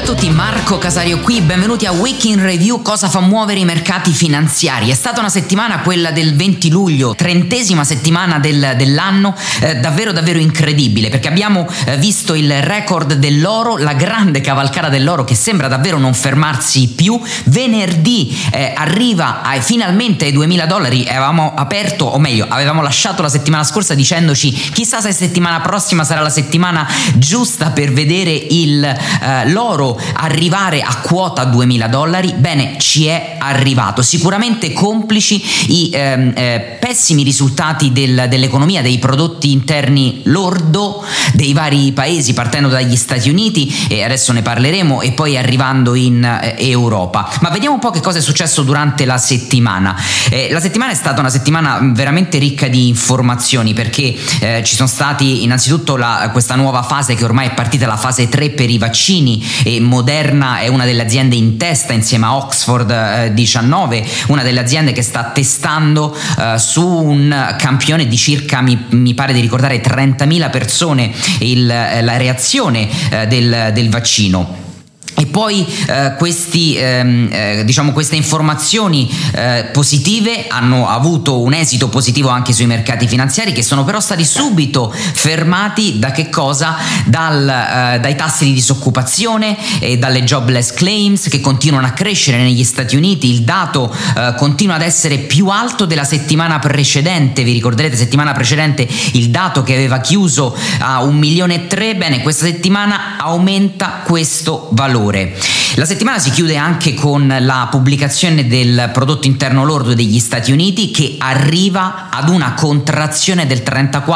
tutti, Marco Casario qui, benvenuti a Week in Review. Cosa fa muovere i mercati finanziari? È stata una settimana, quella del 20 luglio, 30ª settimana dell'anno, davvero incredibile, perché abbiamo visto il record dell'oro, la grande cavalcata dell'oro che sembra davvero non fermarsi più. Venerdì arriva finalmente ai $2000. Avevamo aperto, o meglio avevamo lasciato la settimana scorsa dicendoci chissà se settimana prossima sarà la settimana giusta per vedere l'oro arrivare a quota $2000. Bene, ci è arrivato, sicuramente complici i pessimi risultati dell'economia, dei prodotti interni lordo dei vari paesi, partendo dagli Stati Uniti, e adesso ne parleremo, e poi arrivando in Europa. Ma vediamo un po' che cosa è successo durante la settimana. La settimana è stata una settimana veramente ricca di informazioni, perché ci sono stati innanzitutto questa nuova fase che ormai è partita, la fase 3 per i vaccini, e Moderna è una delle aziende in testa insieme a Oxford 19, una delle aziende che sta testando su un campione di circa, mi pare di ricordare, 30.000 persone la reazione del vaccino. E poi queste informazioni positive hanno avuto un esito positivo anche sui mercati finanziari, che sono però stati subito fermati da che cosa? Dai tassi di disoccupazione e dalle jobless claims, che continuano a crescere negli Stati Uniti. Il dato continua ad essere più alto della settimana precedente. Vi ricorderete, settimana precedente il dato che aveva chiuso a 1,3 milioni. Bene, questa settimana aumenta questo valore. La settimana si chiude anche con la pubblicazione del prodotto interno lordo degli Stati Uniti, che arriva ad una contrazione del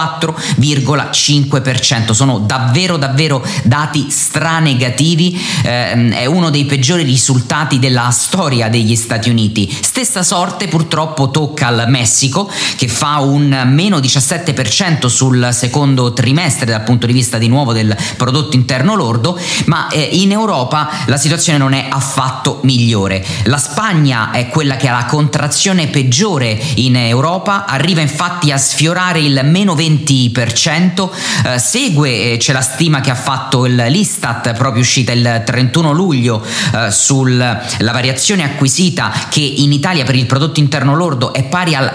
34,5%. Sono davvero dati stranegativi, è uno dei peggiori risultati della storia degli Stati Uniti. Stessa sorte purtroppo tocca al Messico, che fa un meno 17% sul secondo trimestre dal punto di vista di nuovo del prodotto interno lordo, ma in Europa la situazione non è affatto migliore. La Spagna è quella che ha la contrazione peggiore in Europa, arriva infatti a sfiorare il meno 20%. C'è la stima che ha fatto l'Istat, proprio uscita il 31 luglio, sulla variazione acquisita, che in Italia per il prodotto interno lordo è pari al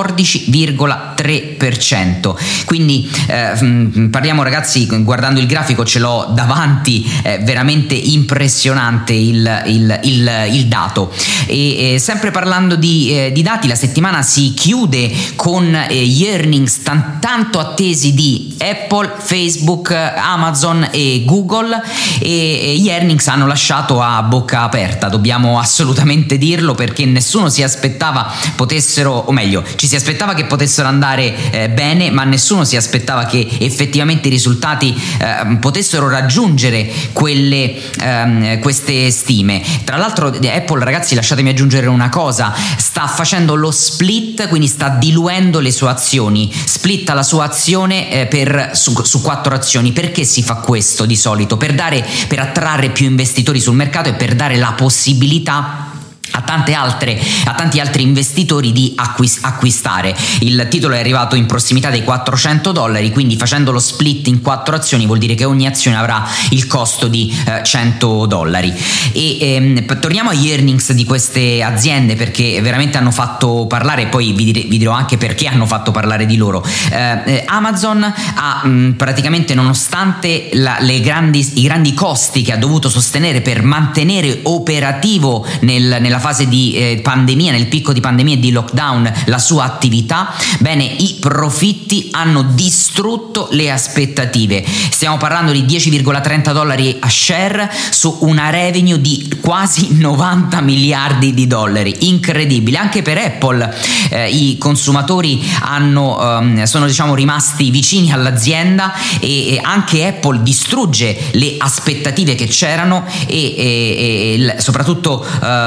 14,3%. Quindi parliamo, ragazzi, guardando il grafico ce l'ho davanti, veramente impressionante il dato. E sempre parlando di dati, la settimana si chiude con gli earnings tanto attesi di Apple, Facebook, Amazon e Google, e gli earnings hanno lasciato a bocca aperta, dobbiamo assolutamente dirlo, perché nessuno si aspettava ci si aspettava che potessero andare bene, ma nessuno si aspettava che effettivamente i risultati potessero raggiungere queste stime. Tra l'altro Apple, ragazzi, lasciatemi aggiungere una cosa: sta facendo lo split, quindi sta diluendo le sue azioni, splitta la sua azione su 4 azioni. Perché si fa questo di solito? Per attrarre più investitori sul mercato e per dare la possibilità a tanti altri investitori di acquistare. Il titolo è arrivato in prossimità dei $400, quindi facendo lo split in 4 azioni vuol dire che ogni azione avrà il costo di $100. E torniamo agli earnings di queste aziende, perché veramente hanno fatto parlare, poi vi dirò anche perché hanno fatto parlare di loro. Amazon ha praticamente, nonostante i grandi costi che ha dovuto sostenere per mantenere operativo nella fase di pandemia, nel picco di pandemia e di lockdown, la sua attività, bene, i profitti hanno distrutto le aspettative. Stiamo parlando di $10,30 a share su una revenue di quasi $90 miliardi. Incredibile. Anche per Apple i consumatori sono rimasti vicini all'azienda, e anche Apple distrugge le aspettative che c'erano, e soprattutto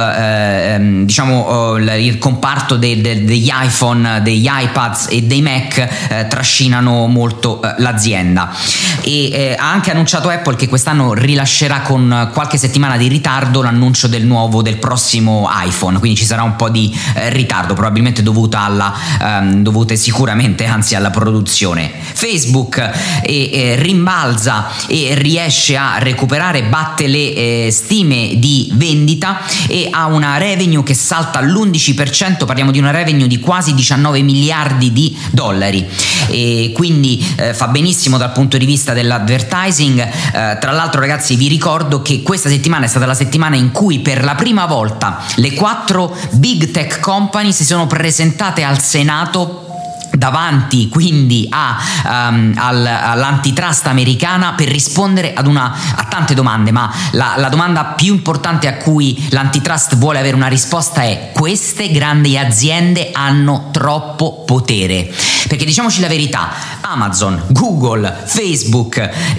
il comparto degli iPhone, degli iPads e dei Mac trascinano molto l'azienda. e ha anche annunciato Apple che quest'anno rilascerà con qualche settimana di ritardo l'annuncio del prossimo iPhone, quindi ci sarà un po' di ritardo, probabilmente dovute sicuramente alla produzione. Facebook rimbalza e riesce a recuperare, batte le stime di vendita e ha una revenue che salta all'11%, parliamo di una revenue di quasi 19 miliardi di dollari, e quindi fa benissimo dal punto di vista dell'advertising. Tra l'altro, ragazzi, vi ricordo che questa settimana è stata la settimana in cui per la prima volta le 4 big tech company si sono presentate al Senato davanti quindi all'antitrust americana per rispondere a tante domande, ma la domanda più importante a cui l'antitrust vuole avere una risposta è: queste grandi aziende hanno troppo potere? Perché diciamoci la verità, Amazon, Google, Facebook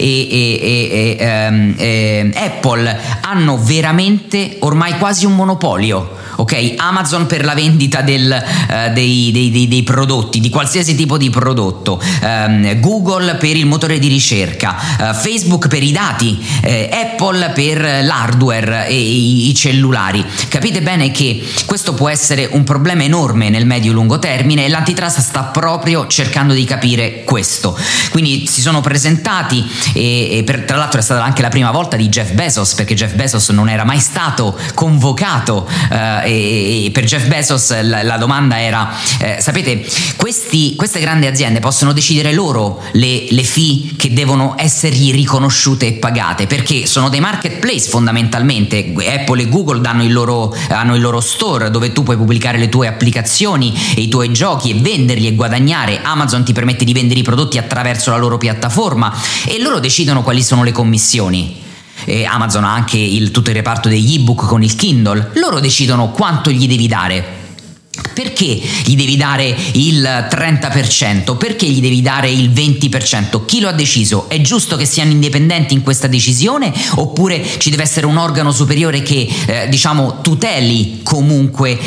e Apple hanno veramente ormai quasi un monopolio. Ok, Amazon per la vendita dei prodotti, di qualsiasi tipo di prodotto, Google per il motore di ricerca, Facebook per i dati, Apple per l'hardware e i cellulari. Capite bene che questo può essere un problema enorme nel medio-lungo termine, e l'antitrust sta proprio cercando di capire questo. Quindi si sono presentati tra l'altro è stata anche la prima volta di Jeff Bezos, perché Jeff Bezos non era mai stato convocato, e per Jeff Bezos la domanda era sapete, queste grandi aziende possono decidere loro le fee che devono essergli riconosciute e pagate, perché sono dei marketplace fondamentalmente. Apple e Google hanno il loro store dove tu puoi pubblicare le tue applicazioni e i tuoi giochi e venderli e guadagnare. Amazon ti permette di vendere i prodotti attraverso la loro piattaforma e loro decidono quali sono le commissioni. Amazon ha anche tutto il reparto degli ebook con il Kindle, loro decidono quanto gli devi dare. Perché gli devi dare il 30%? Perché gli devi dare il 20%? Chi lo ha deciso? È giusto che siano indipendenti in questa decisione, oppure ci deve essere un organo superiore che tuteli comunque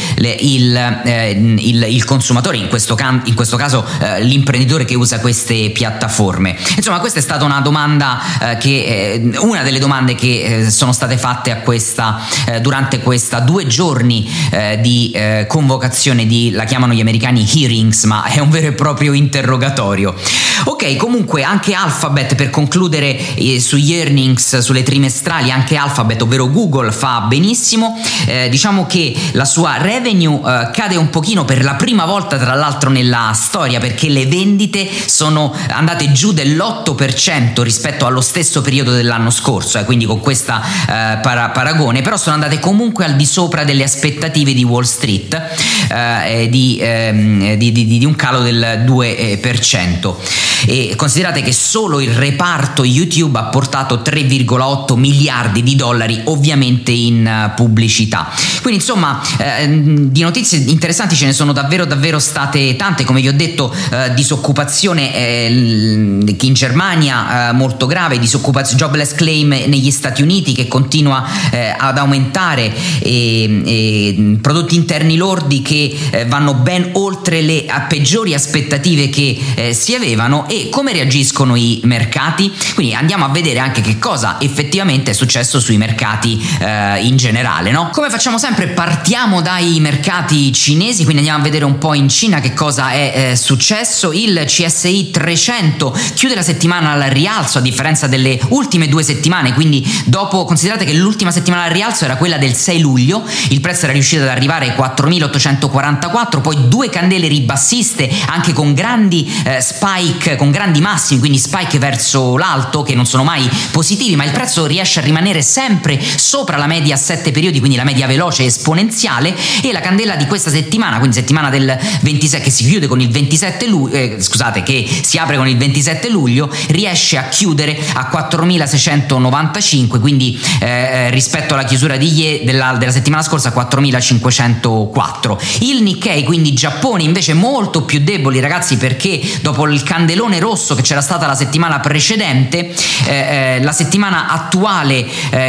il consumatore, in questo caso l'imprenditore che usa queste piattaforme? Insomma, questa è stata una domanda una delle domande che sono state fatte durante questa 2 giorni di convocazione la chiamano gli americani hearings, ma è un vero e proprio interrogatorio. Ok, comunque anche Alphabet, per concludere sugli earnings, sulle trimestrali, anche Alphabet, ovvero Google, fa benissimo. Diciamo che la sua revenue cade un pochino per la prima volta tra l'altro nella storia, perché le vendite sono andate giù dell'8% rispetto allo stesso periodo dell'anno scorso, quindi con questa paragone, però sono andate comunque al di sopra delle aspettative di Wall Street, di un calo del 2%. E considerate che solo il reparto YouTube ha portato 3,8 miliardi di dollari, ovviamente in pubblicità. Quindi insomma di notizie interessanti ce ne sono davvero state tante. Come vi ho detto, disoccupazione che in Germania molto grave, disoccupazione, jobless claim negli Stati Uniti che continua ad aumentare, prodotti interni lordi che vanno ben oltre le peggiori aspettative che si avevano. E come reagiscono i mercati? Quindi andiamo a vedere anche che cosa effettivamente è successo sui mercati in generale, no? Come facciamo sempre, partiamo dai mercati cinesi, quindi andiamo a vedere un po' in Cina che cosa è successo. Il CSI 300 chiude la settimana al rialzo, a differenza delle ultime 2 settimane, quindi considerate che l'ultima settimana al rialzo era quella del 6 luglio, il prezzo era riuscito ad arrivare ai 4.844, poi 2 candele ribassiste anche con grandi spike, con grandi massimi, quindi spike verso l'alto che non sono mai positivi, ma il prezzo riesce a rimanere sempre sopra la media a 7 periodi, quindi la media veloce esponenziale. E la candela di questa settimana, quindi settimana del 27, che si chiude con il 27 luglio, che si apre con il 27 luglio, riesce a chiudere a 4.695, quindi rispetto alla chiusura della settimana scorsa 4.504. Il Nikkei, quindi Giappone, invece molto più deboli, ragazzi, perché dopo il candelone rosso che c'era stata la settimana precedente, la settimana attuale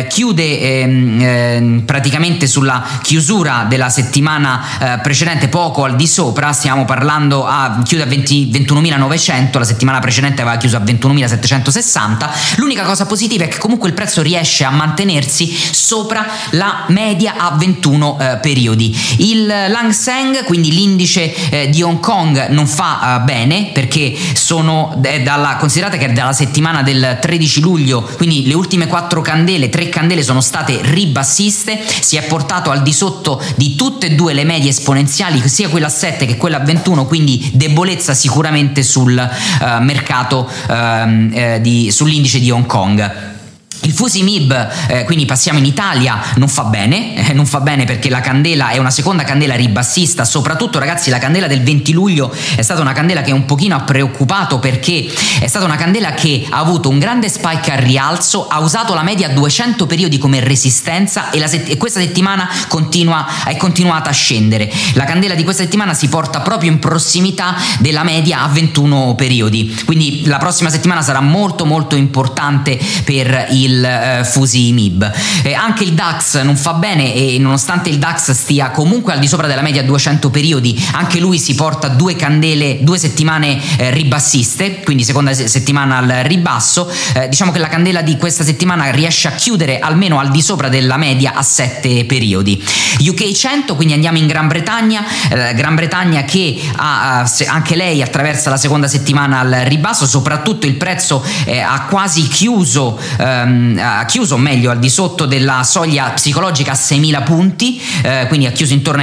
chiude praticamente sulla chiusura della settimana precedente, poco al di sopra. Stiamo parlando chiude a 21.900, la settimana precedente aveva chiuso a 21.760. L'unica cosa positiva è che comunque il prezzo riesce a mantenersi sopra la media a 21 periodi. Il Hang Seng, quindi l'indice di Hong Kong, non fa bene, perché considerate che è dalla settimana del 13 luglio, quindi le ultime 3 candele sono state ribassiste, si è portato al di sotto di tutte e due le medie esponenziali, sia quella a 7 che quella a 21, quindi debolezza sicuramente sul mercato sull'indice di Hong Kong. Il Fusi MIB, quindi passiamo in Italia, non fa bene perché la candela è una seconda candela ribassista. Soprattutto, ragazzi, la candela del 20 luglio è stata una candela che un pochino ha preoccupato, perché è stata una candela che ha avuto un grande spike al rialzo, ha usato la media a 200 periodi come resistenza e questa settimana è continuata a scendere. La candela di questa settimana si porta proprio in prossimità della media a 21 periodi, quindi la prossima settimana sarà molto molto importante per il Fusi MIB. Anche il DAX non fa bene, e nonostante il DAX stia comunque al di sopra della media a 200 periodi, anche lui si porta 2 settimane ribassiste, quindi seconda settimana al ribasso. Diciamo che la candela di questa settimana riesce a chiudere almeno al di sopra della media a 7 periodi. UK 100, quindi andiamo in Gran Bretagna, che anche lei attraversa la seconda settimana al ribasso. Soprattutto il prezzo ha quasi chiuso meglio al di sotto della soglia psicologica a 6.000 punti, quindi ha chiuso intorno ai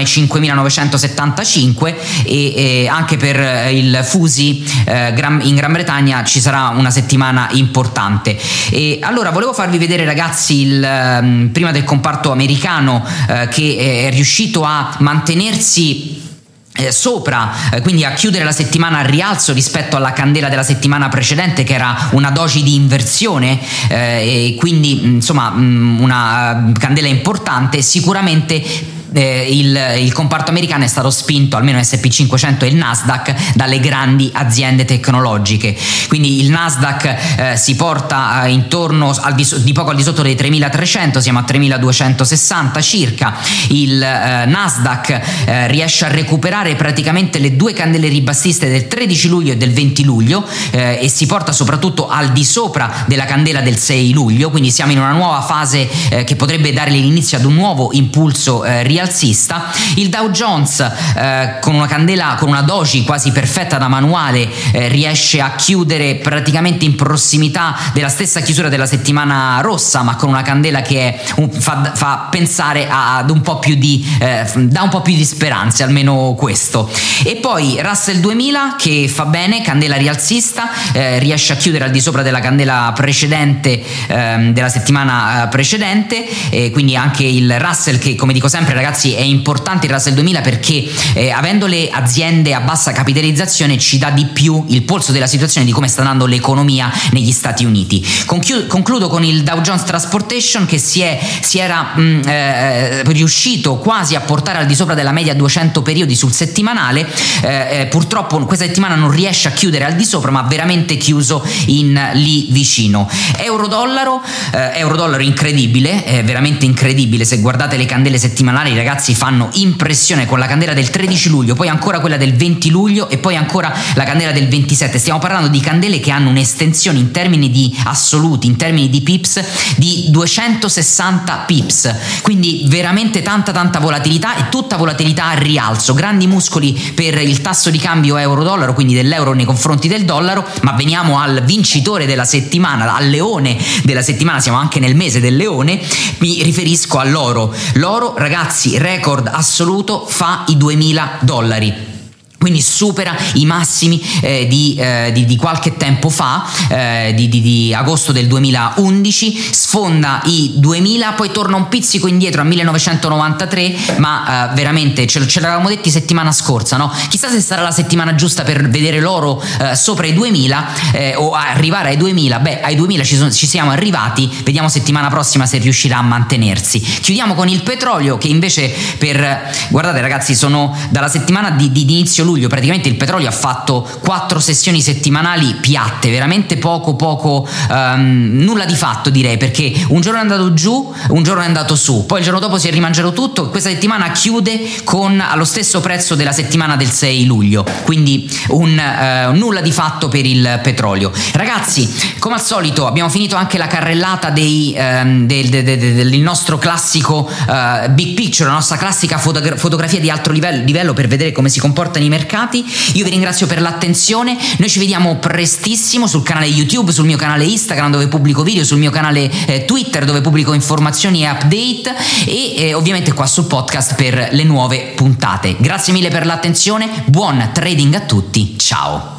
5.975, e anche per il Fusi in Gran Bretagna ci sarà una settimana importante. E allora volevo farvi vedere, ragazzi, prima del comparto americano, che è riuscito a mantenersi sopra, quindi a chiudere la settimana al rialzo rispetto alla candela della settimana precedente, che era una doji di inversione, e quindi insomma una candela importante. Sicuramente il comparto americano è stato spinto, almeno SP500 e il Nasdaq, dalle grandi aziende tecnologiche. Quindi il Nasdaq si porta intorno di poco al di sotto dei 3.300, siamo a 3.260 circa. Il Nasdaq riesce a recuperare praticamente le 2 candele ribassiste del 13 luglio e del 20 luglio, e si porta soprattutto al di sopra della candela del 6 luglio, quindi siamo in una nuova fase che potrebbe dare l'inizio ad un nuovo impulso rialzista. Il Dow Jones, con una doji quasi perfetta da manuale, riesce a chiudere praticamente in prossimità della stessa chiusura della settimana rossa, ma con una candela che fa pensare ad un po' più dà un po' più di speranze, almeno questo. E poi Russell 2000, che fa bene, candela rialzista, riesce a chiudere al di sopra della candela precedente, della settimana precedente, quindi anche il Russell, che, come dico sempre, ragazzi, è importante il Russell 2000 perché avendo le aziende a bassa capitalizzazione ci dà di più il polso della situazione, di come sta andando l'economia negli Stati Uniti. Concludo con il Dow Jones Transportation, che si era riuscito quasi a portare al di sopra della media 200 periodi sul settimanale. Purtroppo questa settimana non riesce a chiudere al di sopra, ma veramente chiuso lì vicino. Euro-dollaro incredibile, veramente incredibile. Se guardate le candele settimanali, ragazzi, fanno impressione, con la candela del 13 luglio, poi ancora quella del 20 luglio e poi ancora la candela del 27. Stiamo parlando di candele che hanno un'estensione in termini di assoluti, in termini di pips, di 260 pips, quindi veramente tanta volatilità, e tutta volatilità al rialzo, grandi muscoli per il tasso di cambio euro-dollaro, quindi dell'euro nei confronti del dollaro. Ma veniamo al vincitore della settimana, al leone della settimana, siamo anche nel mese del leone, mi riferisco all'oro. L'oro, ragazzi, record assoluto, fa i $2.000. quindi supera i massimi di qualche tempo fa, di agosto del 2011, sfonda i 2000, poi torna un pizzico indietro a 1993, ma veramente ce l'avevamo detti settimana scorsa, no? Chissà se sarà la settimana giusta per vedere l'oro sopra i 2000 o arrivare ai 2000. Beh, ai 2000 ci siamo arrivati, vediamo settimana prossima se riuscirà a mantenersi. Chiudiamo con il petrolio, che invece guardate ragazzi, sono dalla settimana di inizio luglio, praticamente il petrolio ha fatto 4 sessioni settimanali piatte, veramente poco, nulla di fatto direi, perché un giorno è andato giù, un giorno è andato su, poi il giorno dopo si è rimangiato tutto. Questa settimana chiude allo stesso prezzo della settimana del 6 luglio, quindi un nulla di fatto per il petrolio. Ragazzi, come al solito abbiamo finito anche la carrellata del nostro classico big picture, la nostra classica fotografia di alto livello per vedere come si comportano i mercati. Io vi ringrazio per l'attenzione, noi ci vediamo prestissimo sul canale YouTube, sul mio canale Instagram dove pubblico video, sul mio canale Twitter dove pubblico informazioni e update, e ovviamente qua sul podcast per le nuove puntate. Grazie mille per l'attenzione, buon trading a tutti, ciao!